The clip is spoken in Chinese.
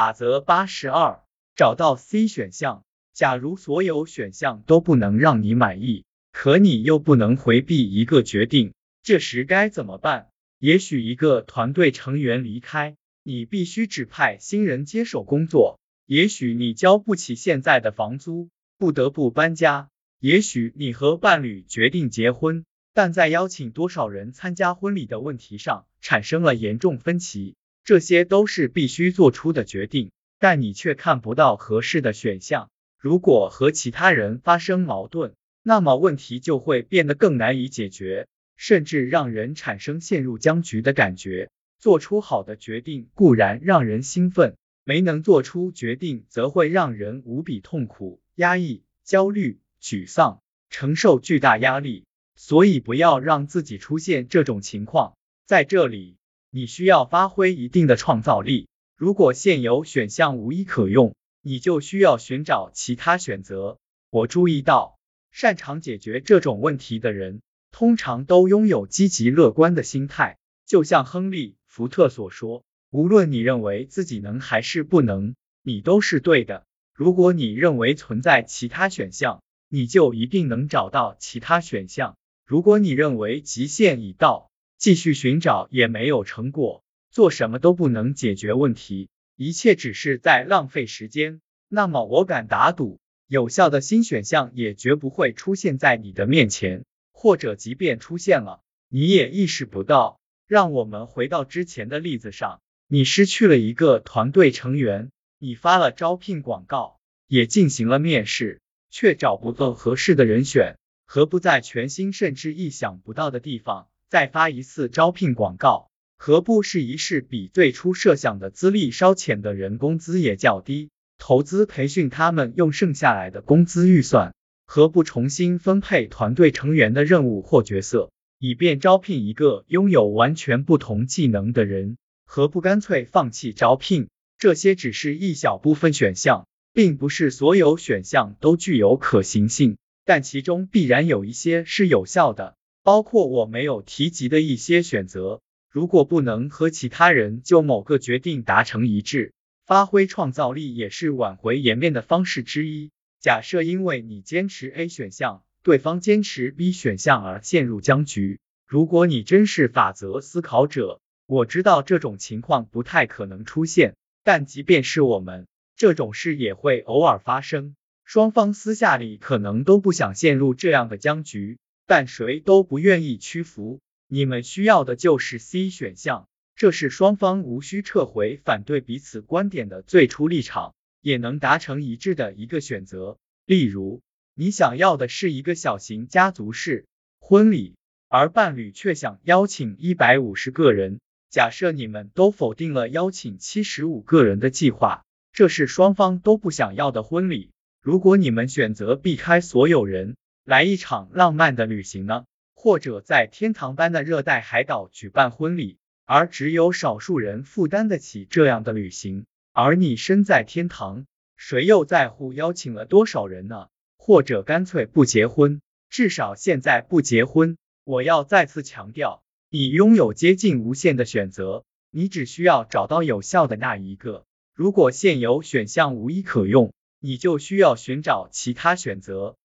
法则82，找到 C 选项。假如所有选项都不能让你满意，可你又不能回避一个决定，这时该怎么办？也许一个团队成员离开，你必须指派新人接手工作；也许你交不起现在的房租，不得不搬家；也许你和伴侣决定结婚，但在邀请多少人参加婚礼的问题上产生了严重分歧。这些都是必须做出的决定，但你却看不到合适的选项。如果和其他人发生矛盾，那么问题就会变得更难以解决，甚至让人产生陷入僵局的感觉。做出好的决定固然让人兴奋，没能做出决定则会让人无比痛苦、压抑、焦虑、沮丧，承受巨大压力。所以不要让自己出现这种情况。在这里，你需要发挥一定的创造力。如果现有选项无一可用，你就需要寻找其他选择。我注意到，擅长解决这种问题的人，通常都拥有积极乐观的心态。就像亨利·福特所说，无论你认为自己能还是不能，你都是对的。如果你认为存在其他选项，你就一定能找到其他选项。如果你认为极限已到，继续寻找也没有成果，做什么都不能解决问题，一切只是在浪费时间，那么我敢打赌，有效的新选项也绝不会出现在你的面前，或者即便出现了，你也意识不到。让我们回到之前的例子上，你失去了一个团队成员，你发了招聘广告，也进行了面试，却找不到合适的人选，何不在全新甚至意想不到的地方再发一次招聘广告？何不试一试比最初设想的资历稍浅的人工资也较低，投资培训他们用剩下来的工资预算？何不重新分配团队成员的任务或角色，以便招聘一个拥有完全不同技能的人？何不干脆放弃招聘？这些只是一小部分选项，并不是所有选项都具有可行性，但其中必然有一些是有效的，包括我没有提及的一些选择。如果不能和其他人就某个决定达成一致，发挥创造力也是挽回颜面的方式之一。假设因为你坚持 A 选项，对方坚持 B 选项而陷入僵局，如果你真是法则思考者，我知道这种情况不太可能出现，但即便是我们，这种事也会偶尔发生。双方私下里可能都不想陷入这样的僵局，但谁都不愿意屈服。你们需要的就是 C 选项，这是双方无需撤回反对彼此观点的最初立场，也能达成一致的一个选择。例如，你想要的是一个小型家族式婚礼，而伴侣却想邀请150个人。假设你们都否定了邀请75个人的计划，这是双方都不想要的婚礼。如果你们选择避开所有人，来一场浪漫的旅行呢？或者在天堂般的热带海岛举办婚礼，而只有少数人负担得起这样的旅行，而你身在天堂，谁又在乎邀请了多少人呢？或者干脆不结婚，至少现在不结婚。我要再次强调，你拥有接近无限的选择，你只需要找到有效的那一个。如果现有选项无一可用，你就需要寻找其他选择。